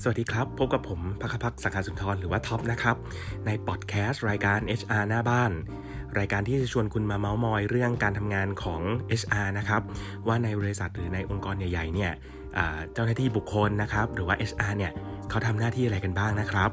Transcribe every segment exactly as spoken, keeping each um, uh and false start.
วัสดีครับพบกับผมภัคพักษ์สังขสุนทรหรือว่าท็อปนะครับในพอดแคสต์รายการ เอช อาร์ หน้าบ้านรายการที่จะชวนคุณมาเม้ามอยเรื่องการทำงานของ เอช อาร์ นะครับว่าในบริษัทหรือในองค์กรใหญ่ๆเนี่ยเจ้าหน้าที่บุคคลนะครับหรือว่า เอช อาร์ เนี่ยเขาทำหน้าที่อะไรกันบ้างนะครับ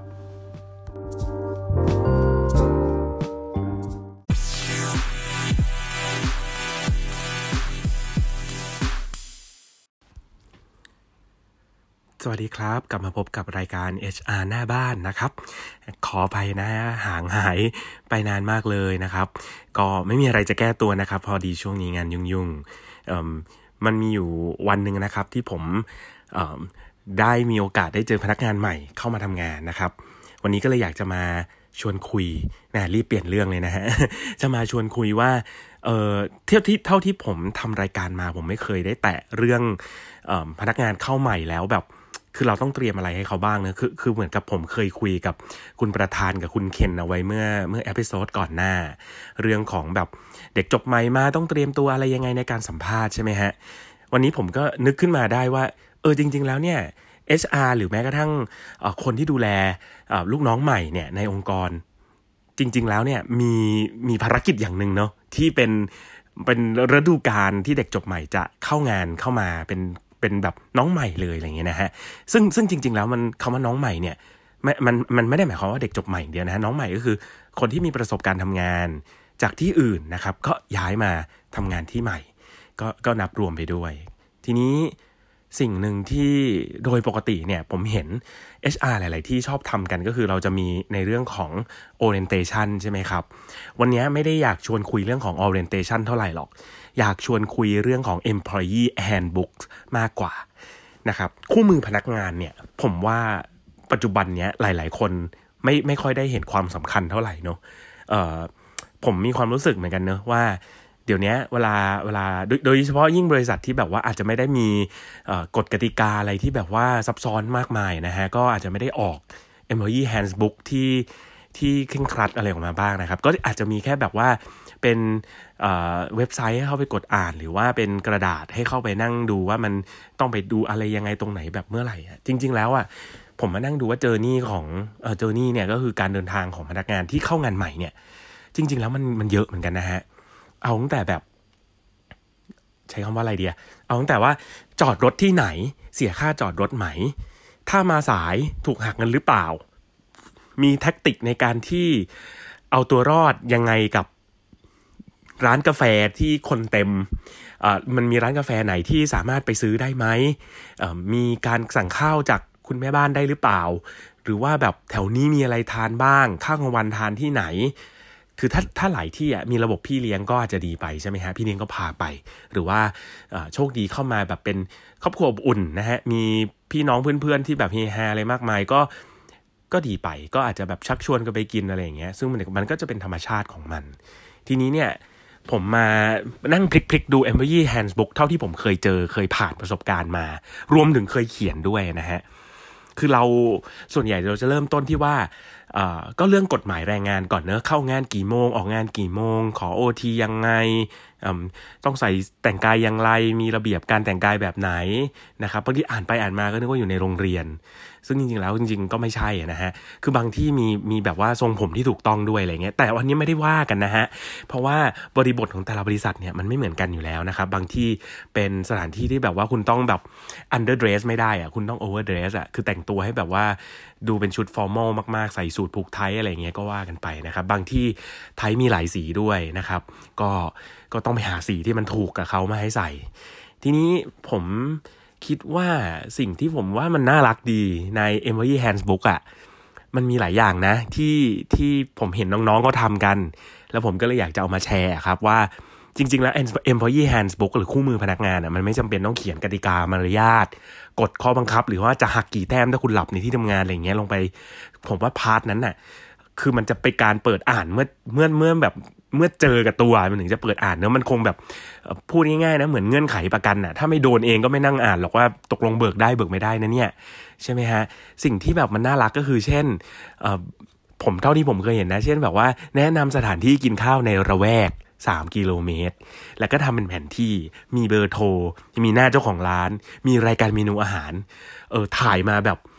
สวัสดีครับกลับมาพบกับรายการ เอช อาร์ หน้าบ้านนะครับขออภัยนะห่างหายไปนานมากเลยนะครับก็ไม่มีอะไรจะแก้ตัวนะครับพอดีช่วงนี้งานยุ่งๆมันมีอยู่วันนึงนะครับที่ผมได้มีโอกาสได้เจอพนักงานใหม่เข้ามาทำงานนะครับวันนี้ก็เลยอยากจะมาชวนคุยนะรีบเปลี่ยนเรื่องเลยนะฮะ จะมาชวนคุยว่าเอ่อเทียบที่เท่าที่ผมทำรายการมาผมไม่เคยได้แตะเรื่องเอ่อพนักงานเข้าใหม่แล้วแบบคือเราต้องเตรียมอะไรให้เขาบ้างนะคือคือเหมือนกับผมเคยคุยกับคุณประธานกับคุณเคนเอาไว้เมื่อเมื่อเอพิโซดก่อนหน้าเรื่องของแบบเด็กจบใหม่มาต้องเตรียมตัวอะไรยังไงในการสัมภาษณ์ใช่ไหมฮะวันนี้ผมก็นึกขึ้นมาได้ว่าเออจริงๆแล้วเนี่ย เอช อาร์ หรือแม้กระทั่งคนที่ดูแลลูกน้องใหม่เนี่ยในองค์กรจริงๆแล้วเนี่ยมีมีภารกิจอย่างนึงเนาะที่เป็นเป็นฤดูกาลที่เด็กจบใหม่จะเข้างานเข้ามาเป็นเป็นแบบน้องใหม่เลยอะไรเงี้ยนะฮะซึ่งซึ่งจริงๆแล้วมันคำว่าน้องใหม่เนี่ยมันมันไม่ได้หมายความว่าเด็กจบใหม่เดียวนะฮะน้องใหม่ก็คือคนที่มีประสบการณ์ทำงานจากที่อื่นนะครับก็ย้ายมาทำงานที่ใหม่ก็ก็นับรวมไปด้วยทีนี้สิ่งหนึ่งที่โดยปกติเนี่ยผมเห็น เอช อาร์ หลายๆที่ชอบทำกันก็คือเราจะมีในเรื่องของ orientation ใช่ไหมครับวันนี้ไม่ได้อยากชวนคุยเรื่องของ orientation เท่าไหร่หรอกอยากชวนคุยเรื่องของ employee handbook มากกว่านะครับคู่มือพนักงานเนี่ยผมว่าปัจจุบันเนี้ยหลายๆคนไม่ไม่ค่อยได้เห็นความสำคัญเท่าไหร่เนอะเอ่อผมมีความรู้สึกเหมือนกันเนอะว่าเดี๋ยวนี้เวลาเวลาโดยเฉพาะยิ่งบริษัทที่แบบว่าอาจจะไม่ได้มีกฎกติกาอะไรที่แบบว่าซับซ้อนมากมายนะฮะก็อาจจะไม่ได้ออก employee handbook ที่ที่เคร่งครัดอะไรออกมาบ้างนะครับก็อาจจะมีแค่แบบว่าเป็นเว็บไซต์ให้เข้าไปกดอ่านหรือว่าเป็นกระดาษให้เข้าไปนั่งดูว่ามันต้องไปดูอะไรยังไงตรงไหนแบบเมื่อไหร่จริงๆแล้วอ่ะผมมานั่งดูว่าเจอร์นี่ของเอ่อเจอร์นี่เนี่ยก็คือการเดินทางของพนักงานที่เข้างานใหม่เนี่ยจริงๆแล้วมันมันเยอะเหมือนกันนะฮะเอาตั้งแต่แบบใช้คำว่าอะไรดีอะเอาตั้งแต่ว่าจอดรถที่ไหนเสียค่าจอดรถไหมถ้ามาสายถูกหักเงินหรือเปล่ามีแท็กติกในการที่เอาตัวรอดยังไงกับร้านกาแฟที่คนเต็มอ่ามันมีร้านกาแฟไหนที่สามารถไปซื้อได้ไหมอ่ามีการสั่งข้าวจากคุณแม่บ้านได้หรือเปล่าหรือว่าแบบแถวนี้มีอะไรทานบ้างข้าวกลางวันทานที่ไหนคือถ้าถ้าหลายที่อ่ะมีระบบพี่เลี้ยงก็อาจจะดีไปใช่ไหมฮะพี่เลี้ยงก็พาไปหรือว่าโชคดีเข้ามาแบบเป็นครอบครัวอบอุ่นนะฮะมีพี่น้องเพื่อนๆที่แบบเฮฮาอะไรมากมายก็ก็ดีไปก็อาจจะแบบชักชวนกันไปกินอะไรอย่างเงี้ยซึ่งมันมันก็จะเป็นธรรมชาติของมันทีนี้เนี่ยผมมานั่งพลิกๆดู employee handbook เท่าที่ผมเคยเจอเคยผ่านประสบการณ์มารวมถึงเคยเขียนด้วยนะฮะคือเราส่วนใหญ่เราจะเริ่มต้นที่ว่าอ่าก็เรื่องกฎหมายแรงงานก่อนเนอะเข้างานกี่โมงออกงานกี่โมงขอ โอ ที ยังไงต้องใส่แต่งกายอย่างไรมีระเบียบการแต่งกายแบบไหนนะครับบางทีอ่านไปอ่านมาก็นึกว่าอยู่ในโรงเรียนซึ่งจริงๆแล้วจริงๆก็ไม่ใช่นะฮะคือบางที่มีมีแบบว่าทรงผมที่ถูกต้องด้วยอะไรเงี้ยแต่วันนี้ไม่ได้ว่ากันนะฮะเพราะว่าบริบทของแต่ละบริษัทเนี่ยมันไม่เหมือนกันอยู่แล้วนะครับบางที่เป็นสถานที่ที่แบบว่าคุณต้องแบบ under dress ไม่ได้อะคุณต้อง over dress อะคือแต่งตัวให้แบบว่าดูเป็นชุด formal มากๆใส่สูทผูกไทอะไรเงี้ยก็ว่ากันไปนะครับบางที่ไทมีหลายสีด้วยนะครับก็ก็ต้องไปหาสีที่มันถูกกับเขามาให้ใส่ทีนี้ผมคิดว่าสิ่งที่ผมว่ามันน่ารักดีใน employee handbook อ่ะมันมีหลายอย่างนะที่ที่ผมเห็นน้องๆก็ทำกันแล้วผมก็เลยอยากจะเอามาแชร์ครับว่าจริงๆแล้ว employee handbook หรือคู่มือพนักงานอ่ะมันไม่จำเป็นต้องเขียนกติกามารยาทกฎข้อบังคับหรือว่าจะหักกี่แต้มถ้าคุณหลับในที่ทำงานอะไรเงี้ยลงไปผมว่าพาร์ทนั้นน่ะคือมันจะเป็นการเปิดอ่านเมื่อเมื่อเมื่อแบบเมื่อเจอกับตัวมันถึงจะเปิดอ่านเนอะมันคงแบบพูดง่ายๆนะเหมือนเงื่อนไขประกันน่ะถ้าไม่โดนเองก็ไม่นั่งอ่านหรอกว่าตกลงเบิกได้เบิกไม่ได้นะเนี่ยใช่ไหมฮะสิ่งที่แบบมันน่ารักก็คือเช่นผมเท่าที่ผมเคยเห็นนะเช่นแบบว่าแนะนำสถานที่กินข้าวในระแวกสามกิโลเมตรแล้วก็ทำเป็นแผนที่มีเบอร์โทรมีหน้าเจ้าของร้านมีรายการเมนูอาหารเออถ่ายมาแบบ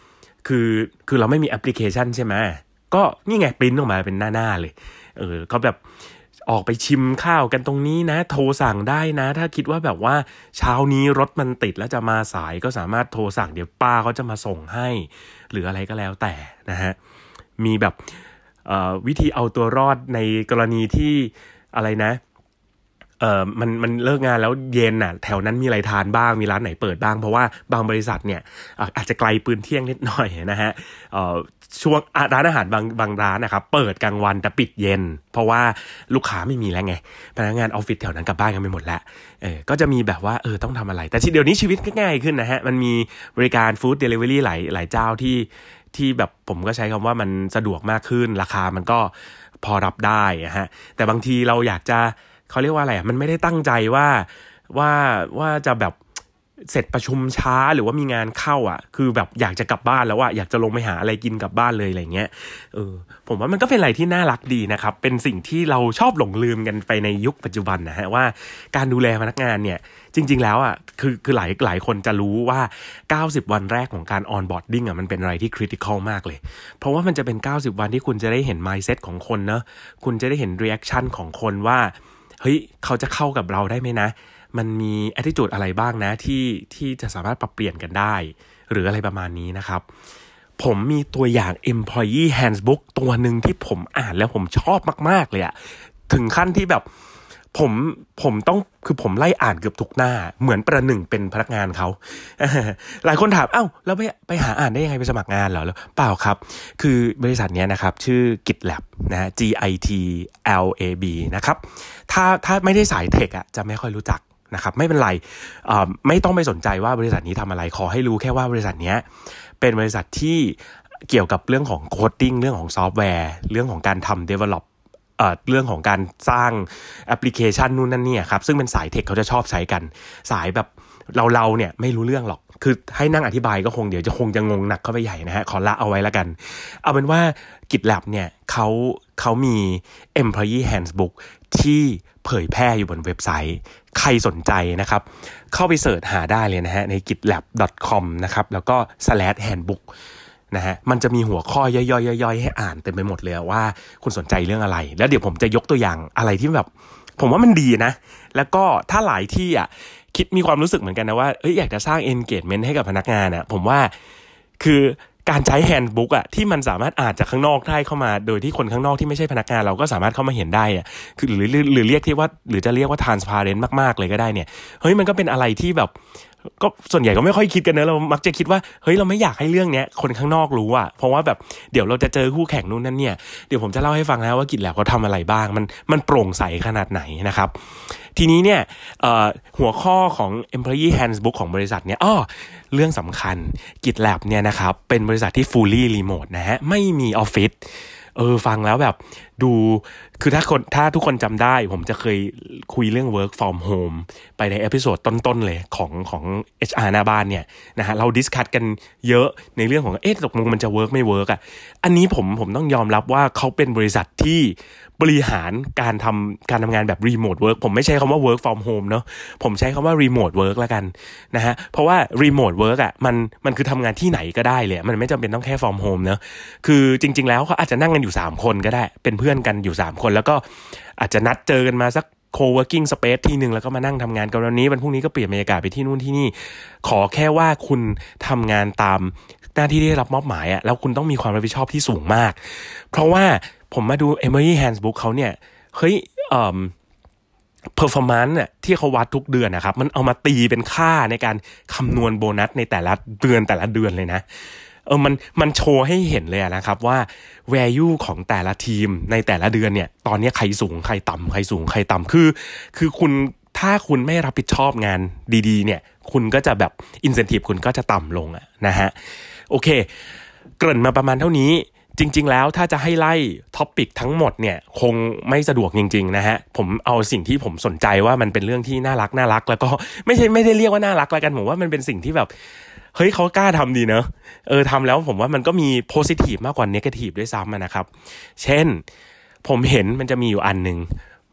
คือคือเราไม่มีแอปพลิเคชันใช่ไหมก็นี่ไงปริ้นออกมาเป็นหน้าๆเลยเออเขาแบบออกไปชิมข้าวกันตรงนี้นะโทรสั่งได้นะถ้าคิดว่าแบบว่าเช้านี้รถมันติดแล้วจะมาสายก็สามารถโทรสั่งเดี๋ยวป้าเขาจะมาส่งให้หรืออะไรก็แล้วแต่นะฮะมีแบบวิธีเอาตัวรอดในกรณีที่อะไรนะเอ่อมันมันเลิกงานแล้วเย็นน่ะแถวนั้นมีอะไรทานบ้างมีร้านไหนเปิดบ้างเพราะว่าบางบริษัทเนี่ยอาจจะไกลปืนเที่ยงนิดหน่อยนะฮะเอ่อช่วงร้านอาหารบางบางร้านนะครับเปิดกลางวันแต่ปิดเย็นเพราะว่าลูกค้าไม่มีแล้วไงพนักงานออฟฟิศแถวนั้นกลับบ้านกันไปหมดแล้วเออก็จะมีแบบว่าเออต้องทำอะไรแต่เดี๋ยวนี้ชีวิตก็ง่ายขึ้นนะฮะมันมีบริการฟู้ดเดลิเวอรี่หลายหลายเจ้าที่ที่แบบผมก็ใช้คำว่ามันสะดวกมากขึ้นราคามันก็พอรับได้นะฮะแต่บางทีเราอยากจะเขาเรียกว่าอะไรอ่ะมันไม่ได้ตั้งใจว่าว่าว่าจะแบบเสร็จประชุมช้าหรือว่ามีงานเข้าอ่ะคือแบบอยากจะกลับบ้านแล้วอ่ะอยากจะลงไปหาอะไรกินกลับบ้านเลยอะไรเงี้ยเออผมว่ามันก็เป็นอะไรที่น่ารักดีนะครับเป็นสิ่งที่เราชอบหลงลืมกันไปในยุคปัจจุบันนะฮะว่าการดูแลพนักงานเนี่ยจริงๆแล้วอ่ะคือคือหลายหลายคนจะรู้ว่าเก้าสิบวันแรกของการออนบอร์ดดิ้งอ่ะมันเป็นอะไรที่คริติคอลมากเลยเพราะว่ามันจะเป็นเก้าสิบวันที่คุณจะได้เห็น mindset ของคนเนอะคุณจะได้เห็น reaction ของคนว่าเฮ้ยเขาจะเข้ากับเราได้ไหมนะมันมี attitude อะไรบ้างนะที่ที่จะสามารถปรับเปลี่ยนกันได้หรืออะไรประมาณนี้นะครับผมมีตัวอย่าง employee handbook ตัวหนึ่งที่ผมอ่านแล้วผมชอบมากๆเลยอะถึงขั้นที่แบบผมผมต้องคือผมไล่อ่านเกือบทุกหน้าเหมือนประหนึ่งเป็นพนักงานเขาหลายคนถามเอ้าแล้วไปไปหาอ่านได้ยังไงไปสมัครงานเหรอแล้วเปล่าครับคือบริษัทนี้นะครับชื่อ GitLab นะ G I T L A B นะครับถ้าถ้าไม่ได้สายเทคอะจะไม่ค่อยรู้จักนะครับไม่เป็นไรไม่ต้องไปสนใจว่าบริษัทนี้ทำอะไรขอให้รู้แค่ว่าบริษัทนี้เป็นบริษัทที่เกี่ยวกับเรื่องของโคดดิ้งเรื่องของซอฟต์แวร์เรื่องของการทำ develop เอ่อเรื่องของการสร้างแอปพลิเคชันนู่นนั่นนี่ครับซึ่งเป็นสายเทคเขาจะชอบใช้กันสายแบบเราเราเนี่ยไม่รู้เรื่องหรอกคือให้นั่งอธิบายก็คงเดี๋ยวจะคงจะงงหนักเข้าไปใหญ่นะฮะขอละเอาไว้ละกันเอาเป็นว่า GitLab เนี่ยเขาเขามี Employee Handbook ที่เผยแพร่อยู่บนเว็บไซต์ใครสนใจนะครับเข้าไปเสิร์ชหาได้เลยนะฮะใน กิทแลบ ดอท คอม นะครับแล้วก็ สแลช แฮนด์บุ๊ก นะฮะมันจะมีหัวข้อย่อยๆๆให้อ่านเต็มไปหมดเลยว่าคุณสนใจเรื่องอะไรแล้วเดี๋ยวผมจะยกตัวอย่างอะไรที่แบบผมว่ามันดีนะแล้วก็ถ้าหลายที่อ่ะคิดมีความรู้สึกเหมือนกันนะว่าเอ้ยอยากจะสร้าง engagement ให้กับพนักงานอ่ะผมว่าคือการใช้แฮนด์บุ๊กอะที่มันสามารถอ่านจากข้างนอกได้เข้ามาโดยที่คนข้างนอกที่ไม่ใช่พนักงานเราก็สามารถเข้ามาเห็นได้อะคือหรือหรือเรียกที่ว่าหรือจะเรียกว่า transparent มากๆเลยก็ได้เนี่ยเฮ้ยมันก็เป็นอะไรที่แบบก็ส่วนใหญ่ก็ไม่ค่อยคิดกันนะเรามักจะคิดว่าเฮ้ยเราไม่อยากให้เรื่องเนี้ยคนข้างนอกรู้อะเพราะว่าแบบเดี๋ยวเราจะเจอคู่แข่งนู่นนั่นเนี่ยเดี๋ยวผมจะเล่าให้ฟังนะว่าGitLabเขาทำอะไรบ้างมันมันโปร่งใสขนาดไหนนะครับทีนี้เนี่ยหัวข้อของ Employee Handbook ของบริษัทเนี่ยอ้อเรื่องสำคัญ GitLab เนี่ยนะครับเป็นบริษัทที่ fully remote นะฮะไม่มีออฟฟิศเออฟังแล้วแบบดูคือถ้าคนถ้าทุกคนจำได้ผมจะเคยคุยเรื่อง work from home ไปในเอพิโซดต้นๆเลยของของ เอช อาร์ หน้าบ้านเนี่ยนะฮะเราดิสคัสกันเยอะในเรื่องของเอ๊ะตกลงมันจะ work ไม่ work อ่ะอันนี้ผมผมต้องยอมรับว่าเขาเป็นบริษัทที่บริหารการทำการทำงานแบบ remote work ผมไม่ใช้คำว่า work from home เนาะผมใช้คำว่า remote work ละกันนะฮะเพราะว่า remote work อ่ะมันมันคือทำงานที่ไหนก็ได้เลยมันไม่จำเป็นต้องแค่ from home เนาะคือจริงๆแล้วเขาอาจจะนั่งกันอยู่สามคนก็ได้เป็นเพื่อนกันอยู่สามคนแล้วก็อาจจะนัดเจอกันมาสัก co-working space ที่นึงแล้วก็มานั่งทำงานกันวันนี้วันพรุ่งนี้ก็เปลี่ยนบรรยากาศไปที่นู่นที่นี่ขอแค่ว่าคุณทำงานตามหน้าที่ที่ได้รับมอบหมายอ่ะแล้วคุณต้องมีความรับผิดชอบที่สูงมากเพราะว่าผมมาดู Employee Handbook เขาเนี่ยเฮ้ยเอ่อ performance น่ะที่เขาวัดทุกเดือนนะครับมันเอามาตีเป็นค่าในการคำนวณโบนัสในแต่ละเดือนแต่ละเดือนเลยนะเออมันมันโชว์ให้เห็นเลยนะครับว่า value ของแต่ละทีมในแต่ละเดือนเนี่ยตอนนี้ใครสูงใครต่ำใครสูงใครต่ำคือคือคุณถ้าคุณไม่รับผิดชอบงานดีๆเนี่ยคุณก็จะแบบ incentive คุณก็จะต่ำลงอะนะฮะโอเคเกริ่นมาประมาณเท่านี้จริงๆแล้วถ้าจะให้ไล่ท็อปิกทั้งหมดเนี่ยคงไม่สะดวกจริงๆนะฮะผมเอาสิ่งที่ผมสนใจว่ามันเป็นเรื่องที่น่ารักน่ารักแล้วก็ไม่ใช่ไม่ได้เรียกว่าน่ารักแล้วกันผมว่ามันเป็นสิ่งที่แบบเฮ้ยเขากล้าทำดีเนอะเออทำแล้วผมว่ามันก็มีโพสิทีฟมากกว่าเนกาทีฟด้วยซ้ำนะครับเช่นผมเห็นมันจะมีอยู่อันนึง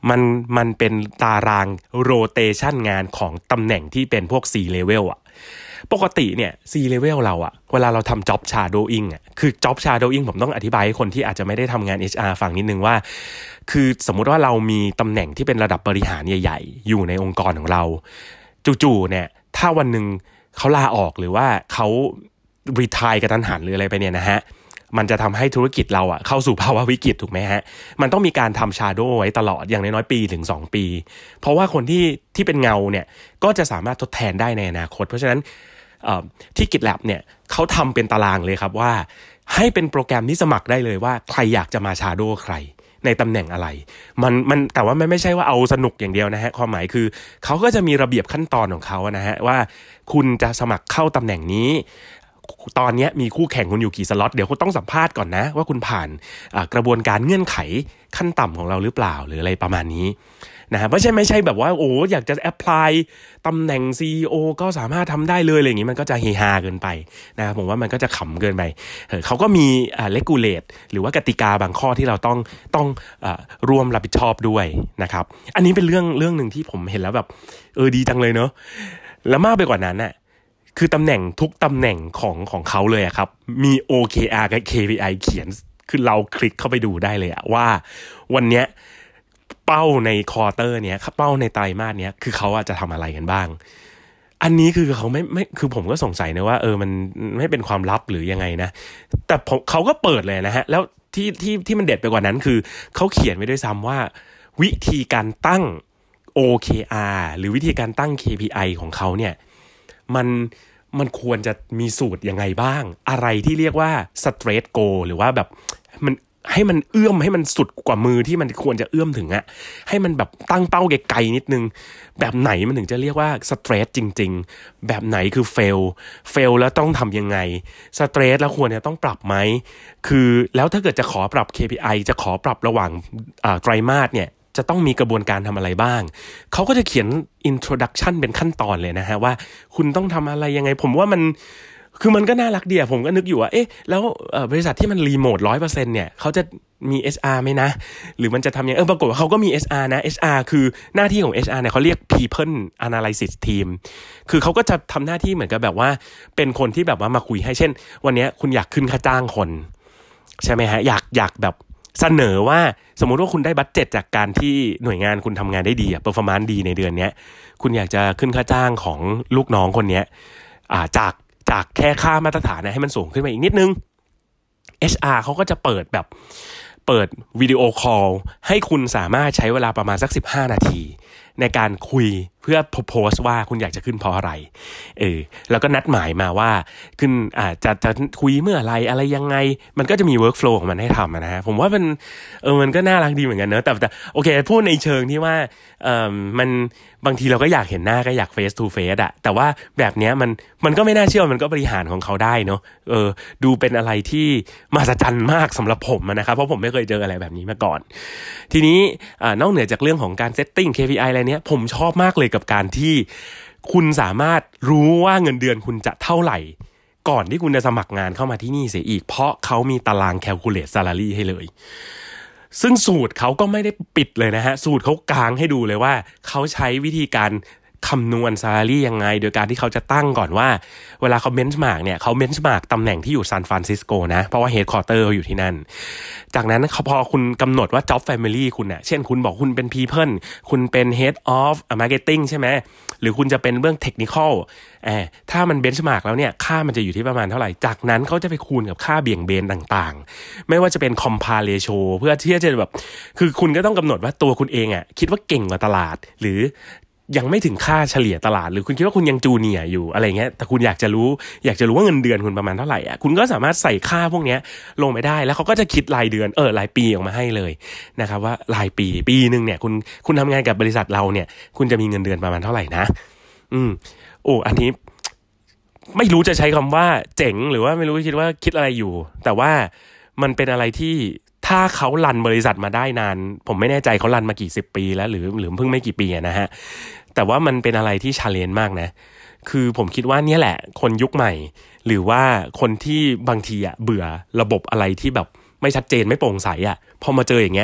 มันมันเป็นตารางโรเตชันงานของตำแหน่งที่เป็นพวก C level อ่ะปกติเนี่ย C level เราอ่ะเวลาเราทำ job shadowing อ่ะคือ job shadowing ผมต้องอธิบายให้คนที่อาจจะไม่ได้ทำงาน เอช อาร์ ฟังนิดนึงว่าคือสมมุติว่าเรามีตำแหน่งที่เป็นระดับบริหารใหญ่ๆอยู่ในองค์กรของเราจู่ๆเนี่ยถ้าวันนึงเขาลาออกหรือว่าเขารีไทร์กระทันหันหรืออะไรไปเนี่ยนะฮะมันจะทำให้ธุรกิจเราอ่ะเข้าสู่ภาวะวิกฤตถูกไหมฮะมันต้องมีการทำชาโดว์ไว้ตลอดอย่างน้อยๆปีถึงสองปีเพราะว่าคนที่ที่เป็นเงาเนี่ยก็จะสามารถทดแทนได้ในอนาคตเพราะฉะนั้นที่ GitLab เนี่ยเขาทำเป็นตารางเลยครับว่าให้เป็นโปรแกรมที่สมัครได้เลยว่าใครอยากจะมาชาโดว์ใครในตำแหน่งอะไรมันมันแต่ว่ามันไม่ใช่ว่าเอาสนุกอย่างเดียวนะฮะความหมายคือเขาก็จะมีระเบียบขั้นตอนของเขานะฮะว่าคุณจะสมัครเข้าตำแหน่งนี้ตอนนี้มีคู่แข่งคุณอยู่กี่สล็อตเดี๋ยวคุณต้องสัมภาษณ์ก่อนนะว่าคุณผ่านกระบวนการเงื่อนไขขั้นต่ำของเราหรือเปล่าหรืออะไรประมาณนี้นะฮะไม่ใช่ไม่ใช่แบบว่าโอ้อยากจะแอพพลายตำแหน่ง ซี อี โอ ก็สามารถทำได้เลยอะไรอย่างนี้มันก็จะเฮฮาเกินไปนะครับผมว่ามันก็จะขำเกินไปเขาก็มีอ่า regulate หรือว่ากติกาบางข้อที่เราต้องต้องอ่าร่วมรับผิดชอบด้วยนะครับอันนี้เป็นเรื่องเรื่องนึงที่ผมเห็นแล้วแบบเออดีจังเลยเนอะแล้วมากไปกว่านั้นน่ะคือตำแหน่งทุกตำแหน่งของของเขาเลยอะครับมี โอ เค อาร์ กับ เค พี ไอ เขียนคือเราคลิกเข้าไปดูได้เลยอะว่าวันเนี้ยเป้าในควอเตอร์เนี้ยเป้าในไตรมาสเนี้ยคือเขาจะทำอะไรกันบ้างอันนี้คือเขาไม่ไม่คือผมก็สงสัยนะว่าเออมันไม่เป็นความลับหรือยังไงนะแต่ผมเขาก็เปิดเลยนะฮะแล้วที่ที่ที่มันเด็ดไปกว่านั้นคือเขาเขียนไว้ด้วยซ้ำว่าวิธีการตั้ง โอ เค อาร์ หรือวิธีการตั้ง เค พี ไอ ของเขาเนี่ยมันมันควรจะมีสูตรยังไงบ้างอะไรที่เรียกว่า stretch goal หรือว่าแบบมันให้มันเอื้อมให้มันสุดกว่ามือที่มันควรจะเอื้อมถึงอะให้มันแบบตั้งเป้าไกลๆนิดนึงแบบไหนมันถึงจะเรียกว่า stretch จริงๆแบบไหนคือ fail fail แล้วต้องทำยังไง stretch แล้วควรจะต้องปรับไหมคือแล้วถ้าเกิดจะขอปรับ เค พี ไอ จะขอปรับระหว่างไตรมาสเนี่ยจะต้องมีกระบวนการทำอะไรบ้างเขาก็จะเขียน introduction เป็นขั้นตอนเลยนะฮะว่าคุณต้องทำอะไรยังไงผมว่ามันคือมันก็น่ารักดีอ่ะผมก็นึกอยู่ว่าเอ๊ะแล้วบริษัทที่มันรีโมท ร้อยเปอร์เซ็นต์ เนี่ยเขาจะมี เอช อาร์ มั้ยนะหรือมันจะทำยังไงเออปรากฏว่าเขาก็มี เอช อาร์ นะ เอช อาร์ คือหน้าที่ของ เอช อาร์ เนี่ยเขาเรียก people analysis team คือเขาก็จะทำหน้าที่เหมือนกับแบบว่าเป็นคนที่แบบว่ามาคุยให้เช่นวันนี้คุณอยากขึ้นค่าจ้างคนใช่ไหมฮะอยากอยากแบบเสนอว่าสมมุติว่าคุณได้บัดเจ็ตจากการที่หน่วยงานคุณทำงานได้ดีอะเปอร์ฟอร์แมนซ์ดีในเดือนนี้คุณอยากจะขึ้นค่าจ้างของลูกน้องคนนี้อ่าจากจากแค่ค่ามาตรฐานนะให้มันสูงขึ้นมาอีกนิดนึง เอช อาร์ เขาก็จะเปิดแบบเปิดวิดีโอคอลให้คุณสามารถใช้เวลาประมาณสักสิบห้านาทีในการคุยเพื่อโพสต์ว่าคุณอยากจะขึ้นเพราะอะไรเออแล้วก็นัดหมายมาว่าขึ้นอ่าจะจะคุยเมื่อไรอะไรยังไงมันก็จะมีเวิร์คโฟลว์ของมันให้ทำนะฮะผมว่ามันเออมันก็น่ารักดีเหมือนกันเนอะแต่แต่โอเคพูดในเชิงที่ว่าเอ่อมันบางทีเราก็อยากเห็นหน้าก็อยาก face to face อะแต่ว่าแบบเนี้ยมันมันก็ไม่น่าเชื่อมันก็บริหารของเขาได้เนอะเออดูเป็นอะไรที่มหัศจรรย์มากสำหรับผมนะครับเพราะผมไม่เคยเจออะไรแบบนี้มาก่อนทีนี้อ่านอกเหนือจากเรื่องของการเซตติ้ง เค พี ไอ อะไรเนี้ยผมชอบมากเลยกับการที่คุณสามารถรู้ว่าเงินเดือนคุณจะเท่าไหร่ก่อนที่คุณจะสมัครงานเข้ามาที่นี่เสียอีกเพราะเขามีตาราง calculate salary ให้เลยซึ่งสูตรเขาก็ไม่ได้ปิดเลยนะฮะสูตรเขากางให้ดูเลยว่าเขาใช้วิธีการคำนวณ salary ยังไงโดยการที่เขาจะตั้งก่อนว่าเวลาเขา benchmark เนี่ยเขา benchmark ตำแหน่งที่อยู่ซานฟรานซิสโกนะเพราะว่า headquarter อยู่ที่นั่นจากนั้นพอคุณกำหนดว่า job family คุณน่ะเช่นคุณบอกคุณเป็น people คุณเป็น head of marketing ใช่ไหมหรือคุณจะเป็นเรื่อง technical เออถ้ามัน benchmark แล้วเนี่ยค่ามันจะอยู่ที่ประมาณเท่าไหร่จากนั้นเขาจะไปคูณกับค่าเบี่ยงเบนต่างๆไม่ว่าจะเป็น compare ratio เพื่อที่จะแบบคือคุณก็ต้องกำหนดว่าตัวคุณเองอ่ะคิดว่าเก่งกว่าตลาดหรือยังไม่ถึงค่าเฉลี่ยตลาดหรือคุณคิดว่าคุณยังจูเนียร์อยู่อะไรเงี้ยแต่คุณอยากจะรู้อยากจะรู้ว่าเงินเดือนคุณประมาณเท่าไหร่อ่ะคุณก็สามารถใส่ค่าพวกนี้ลงไปได้แล้วเขาก็จะคิดรายเดือนเออรายปีออกมาให้เลยนะครับว่ารายปีปีนึงเนี่ยคุณคุณทำงานกับบริษัทเราเนี่ยคุณจะมีเงินเดือนประมาณเท่าไหร่นะอืมโอ้อันนี้ไม่รู้จะใช้คำว่าเจ๋งหรือว่าไม่รู้คิดว่าคิดอะไรอยู่แต่ว่ามันเป็นอะไรที่ถ้าเขารันบริษัทมาได้นานผมไม่แน่ใจเขารันมากี่สิบปีแล้วหรือหรือเพิ่งไม่กี่ปีนะฮะแต่ว่ามันเป็นอะไรที่ชาเลนจ์มากนะคือผมคิดว่านี่แหละคนยุคใหม่หรือว่าคนที่บางทีอ่ะเบื่อระบบอะไรที่แบบไม่ชัดเจนไม่โปร่งใสอ่ะพอมาเจออย่างเงี้ย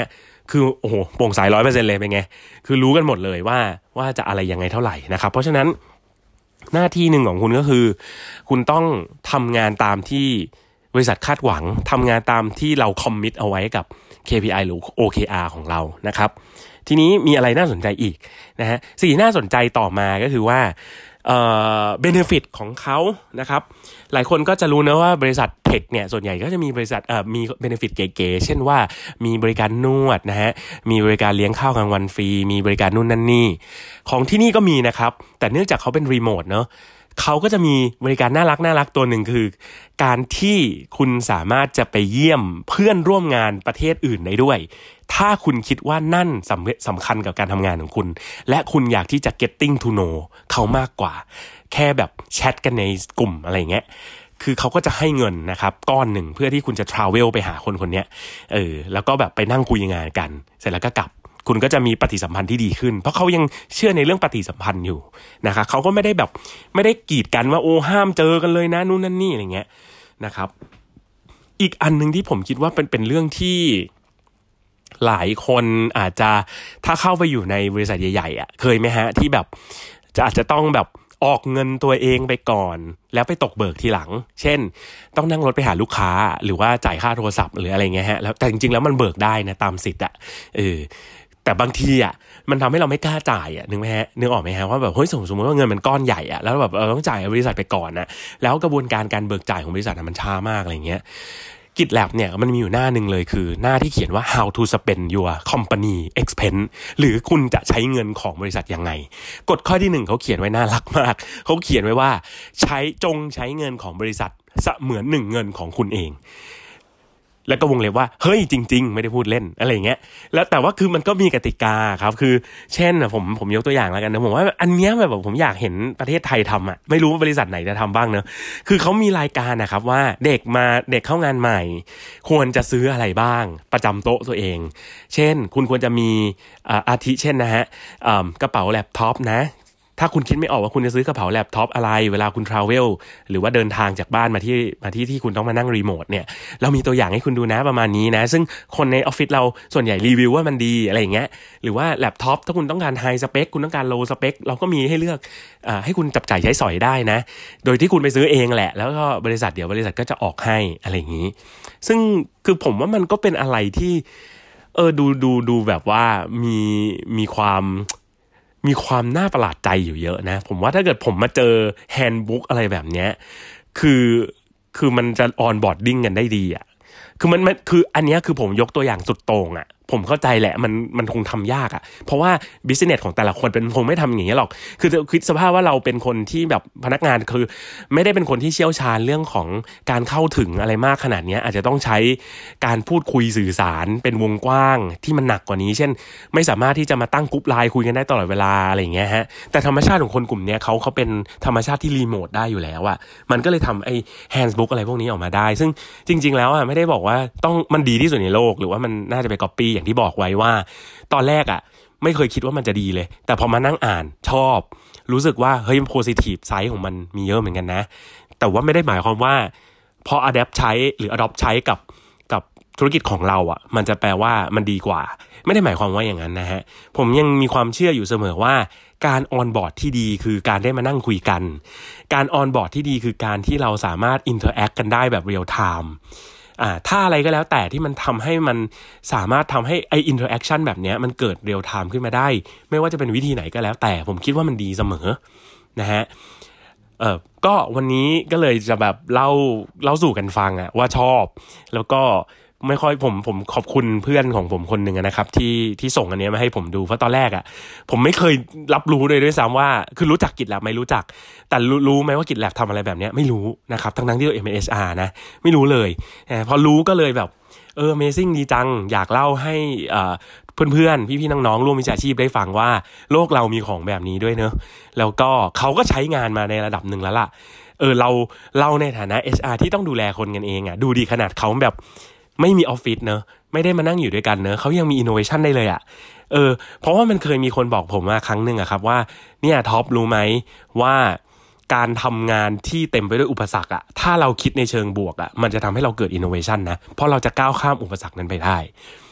คือโอ้โหโปร่งใส ร้อยเปอร์เซ็นต์ เลยเป็นไงคือรู้กันหมดเลยว่าว่าจะอะไรยังไงเท่าไหร่นะครับเพราะฉะนั้นหน้าที่หนึ่งของคุณก็คือคุณต้องทำงานตามที่บริษัทคาดหวังทำงานตามที่เราคอมมิตเอาไว้กับ เค พี ไอ หรือ โอ เค อาร์ ของเรานะครับทีนี้มีอะไรน่าสนใจอีกนะฮะสิ่งที่น่าสนใจต่อมาก็คือว่าเอ่อ benefit ของเขานะครับหลายคนก็จะรู้นะว่าบริษัทเทคเนี่ยส่วนใหญ่ก็จะมีบริษัทเอ่อมี benefit เก๋ๆเช่นว่ามีบริการนวดนะฮะมีบริการเลี้ยงข้าวกลางวันฟรีมีบริการนู่นนั่นนี่ของที่นี่ก็มีนะครับแต่เนื่องจากเขาเป็นรีโมทเนาะเขาก็จะมีบริการน่ารักน่ารักตัวหนึ่งคือการที่คุณสามารถจะไปเยี่ยมเพื่อนร่วมงานประเทศอื่นได้ด้วยถ้าคุณคิดว่านั่นสำสำคัญกับการทำงานของคุณและคุณอยากที่จะ getting to know เขามากกว่าแค่แบบแชทกันในกลุ่มอะไรเงี้ยคือเขาก็จะให้เงินนะครับก้อนหนึ่งเพื่อที่คุณจะ travel ไปหาคนคนนี้เออแล้วก็แบบไปนั่งคุยงานกันเสร็จแล้วก็กลับคุณก็จะมีปฏิสัมพันธ์ที่ดีขึ้นเพราะเขายังเชื่อในเรื่องปฏิสัมพันธ์อยู่นะครับเขาก็ไม่ได้แบบไม่ได้กีดกันว่าโอ้ห้ามเจอกันเลยนะนู่นนั่นนี่อะไรเงี้ยนะครับอีกอันนึงที่ผมคิดว่าเป็นเป็นเรื่องที่หลายคนอาจจะถ้าเข้าไปอยู่ในบริษัทใหญ่ๆอ่ะเคยไหมฮะที่แบบจะอาจจะต้องแบบออกเงินตัวเองไปก่อนแล้วไปตกเบิกทีหลังเช่นต้องนั่งรถไปหาลูกค้าหรือว่าจ่ายค่าโทรศัพท์หรืออะไรเงี้ยฮะแล้วแต่จริงๆแล้วมันเบิกได้นะตามสิทธิ์อ่ะเออแต่บางทีอ่ะมันทำให้เราไม่กล้าจ่ายอ่ะนึกไหมฮะนึกออกไหมฮะว่าแบบเฮ้ยสมมติว่าเงินมันก้อนใหญ่อ่ะแล้วแบบเราต้องจ่ายบริษัทไปก่อนนะแล้วกระบวนการการเบิกจ่ายของบริษัทมันช้ามากอะไรเงี้ยGitLab เนี่ยมันมีอยู่หน้าหนึ่งเลยคือหน้าที่เขียนว่า how to spend your company expense หรือคุณจะใช้เงินของบริษัทยังไงกฎข้อที่หนึ่งเขาเขียนไว้น่ารักมากเขาเขียนไว้ว่าใช้จงใช้เงินของบริษัทเสมือนหนึ่งเงินของคุณเองแล้วก็วงเล็บว่าเฮ้ยจริงๆไม่ได้พูดเล่นอะไรอย่างเงี้ยแล้วแต่ว่าคือมันก็มีกติกาครับคือเช่นนะผมผมยกตัวอย่างแล้วกันนะผมว่าอันเนี้ยแบบผมอยากเห็นประเทศไทยทำอ่ะไม่รู้ว่าบริษัทไหนจะทำบ้างเนอะคือเขามีรายการนะครับว่าเด็กมาเด็กเข้างานใหม่ควรจะซื้ออะไรบ้างประจำโต๊ะตัวเองเช่นคุณควรจะมีอาทิเช่นนะฮะกระเป๋าแล็ปท็อปนะถ้าคุณคิดไม่ออกว่าคุณจะซื้อกระเป๋าแล็ปท็อปอะไรเวลาคุณทราเวลหรือว่าเดินทางจากบ้านมาที่มาที่ที่คุณต้องมานั่งรีโมทเนี่ยเรามีตัวอย่างให้คุณดูนะประมาณนี้นะซึ่งคนในออฟฟิศเราส่วนใหญ่รีวิวว่ามันดีอะไรอย่างเงี้ยหรือว่าแล็ปท็อปถ้าคุณต้องการไฮสเปคคุณต้องการโลสเปคเราก็มีให้เลือกอ่าให้คุณจับจ่ายใช้สอยได้นะโดยที่คุณไปซื้อเองแหละแล้วก็บริษัทเดี๋ยวบริษัทก็จะออกให้อะไรอย่างงี้ซึ่งคือผมว่ามันก็เป็นอะไรที่เออดูดูดูแบบว่ามีมีความมีความน่าประหลาดใจอยู่เยอะนะผมว่าถ้าเกิดผมมาเจอแฮนด์บุ๊กอะไรแบบเนี้ยคือคือมันจะออนบอร์ดดิ้งกันได้ดีอ่ะคือมันมันคืออันนี้คือผมยกตัวอย่างสุดโต่งอ่ะผมเข้าใจแหละมันมันคงทำยากอ่ะเพราะว่าบิสเนสของแต่ละคนเป็นคงไม่ทำอย่างนี้หรอกคือคิดสภาพว่าเราเป็นคนที่แบบพนักงานคือไม่ได้เป็นคนที่เชี่ยวชาญเรื่องของการเข้าถึงอะไรมากขนาดนี้อาจจะต้องใช้การพูดคุยสื่อสารเป็นวงกว้างที่มันหนักกว่านี้เช่นไม่สามารถที่จะมาตั้งกรุ๊ปไลน์คุยกันได้ตลอดเวลาอะไรอย่างเงี้ยฮะแต่ธรรมชาติของคนกลุ่มนี้เขาเขาเป็นธรรมชาติที่รีโมทได้อยู่แล้วอ่ะมันก็เลยทำไอ้แฮนด์บุ๊กอะไรพวกนี้ออกมาได้ซึ่งจริงๆแล้วอ่ะไม่ได้บอกว่าต้องมันดีที่สุดในโลกหรือว่ามันน่าจะไปก๊อปปี้อย่างที่บอกไว้ว่าตอนแรกอ่ะไม่เคยคิดว่ามันจะดีเลยแต่พอมานั่งอ่านชอบรู้สึกว่าเฮ้ย positive side ของมันมีเยอะเหมือนกันนะแต่ว่าไม่ได้หมายความว่าพอ adapt ใช้หรือ adopt ใช้กับกับธุรกิจของเราอ่ะมันจะแปลว่ามันดีกว่าไม่ได้หมายความว่าอย่างนั้นนะฮะผมยังมีความเชื่ออยู่เสมอว่าการออนบอร์ดที่ดีคือการได้มานั่งคุยกันการออนบอร์ดที่ดีคือการที่เราสามารถอินเทอร์แอคกันได้แบบเรียลไทม์อ่าถ้าอะไรก็แล้วแต่ที่มันทำให้มันสามารถทำให้ไออินเทอร์แอคชั่นแบบนี้มันเกิดเรียลไทม์ขึ้นมาได้ไม่ว่าจะเป็นวิธีไหนก็แล้วแต่ผมคิดว่ามันดีเสมอนะฮะเออก็วันนี้ก็เลยจะแบบเล่าเล่าสู่กันฟังอะว่าชอบแล้วก็ไม่ค่อยผมผมขอบคุณเพื่อนของผมคนหนึ่งนะครับที่ที่ส่งอันนี้มาให้ผมดูเพราะตอนแรกอ่ะผมไม่เคยรับรู้เลยด้วยซ้ำว่าคือรู้จัก GitLab ไม่รู้จักแต่รู้รู้ไหมว่า GitLab ทำอะไรแบบนี้ไม่รู้นะครับทั้งๆที่เรา เอ็ม เอช อาร์ นะไม่รู้เลยพอรู้ก็เลยแบบเออ Amazing ดีจังอยากเล่าให้อ่าเพื่อนๆพี่ๆน้องๆร่วมวิชาชีพได้ฟังว่าโลกเรามีของแบบนี้ด้วยเนอะแล้วก็เขาก็ใช้งานมาในระดับหนึ่งแล้วล่ะเออเราเราในฐานะ เอช อาร์ ที่ต้องดูแลคนกันเองอ่ะดูดีขนาดเขาแบบไม่มีออฟฟิศเนอะไม่ได้มานั่งอยู่ด้วยกันเนอะเขายังมีอินโนเวชันได้เลยอ่ะเออเพราะว่ามันเคยมีคนบอกผมมาครั้งนึงอะครับว่าเนี่ยท็อปรู้ไหมว่าการทำงานที่เต็มไปด้วยอุปสรรคอะถ้าเราคิดในเชิงบวกอะมันจะทำให้เราเกิดอินโนเวชันนะเพราะเราจะก้าวข้ามอุปสรรคนั้นไปได้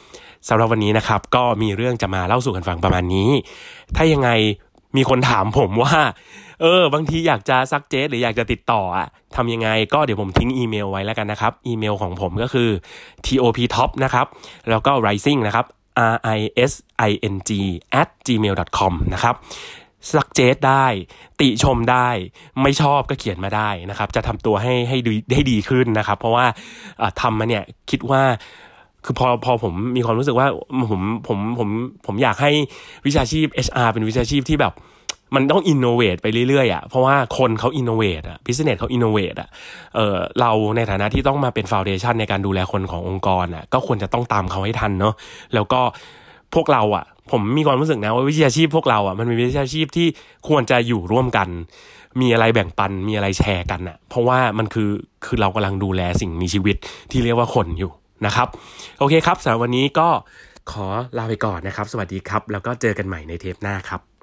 สำหรับวันนี้นะครับก็มีเรื่องจะมาเล่าสู่กันฟังประมาณนี้ถ้ายังไงมีคนถามผมว่าเออบางทีอยากจะซักเจสหรืออยากจะติดต่ออ่ะทำยังไงก็เดี๋ยวผมทิ้งอีเมลไว้แล้วกันนะครับอีเมลของผมก็คือ ที โอ พี ท็อป นะครับแล้วก็ rising นะครับ r i s i n g at gmail dot com นะครับซักเจสได้ติชมได้ไม่ชอบก็เขียนมาได้นะครับจะทำตัวให้ให้ดีให้ดีขึ้นนะครับเพราะว่าทำมาเนี่ยคิดว่าคือพอพอผมมีความรู้สึกว่าผมผมผมผมอยากให้วิชาชีพ เอช อาร์ เป็นวิชาชีพที่แบบมันต้องอินโนเวทไปเรื่อยๆอ่ะเพราะว่าคนเขาอินโนเวทอ่ะบิสเนสเขาอินโนเวทอ่ะเออเราในฐานะที่ต้องมาเป็นฟาวเดชั่นในการดูแลคนขององค์กรอ่ะก็ควรจะต้องตามเขาให้ทันเนาะแล้วก็พวกเราอ่ะผมมีความรู้สึกนะว่าวิชาชีพพวกเราอ่ะมันเป็นวิชาชีพที่ควรจะอยู่ร่วมกันมีอะไรแบ่งปันมีอะไรแชร์กันอ่ะเพราะว่ามันคือคือเรากำลังดูแลสิ่งมีชีวิตที่เรียกว่าคนอยู่นะครับโอเคครับสำหรับวันนี้ก็ขอลาไปก่อนนะครับสวัสดีครับแล้วก็เจอกันใหม่ในเทปหน้าครับ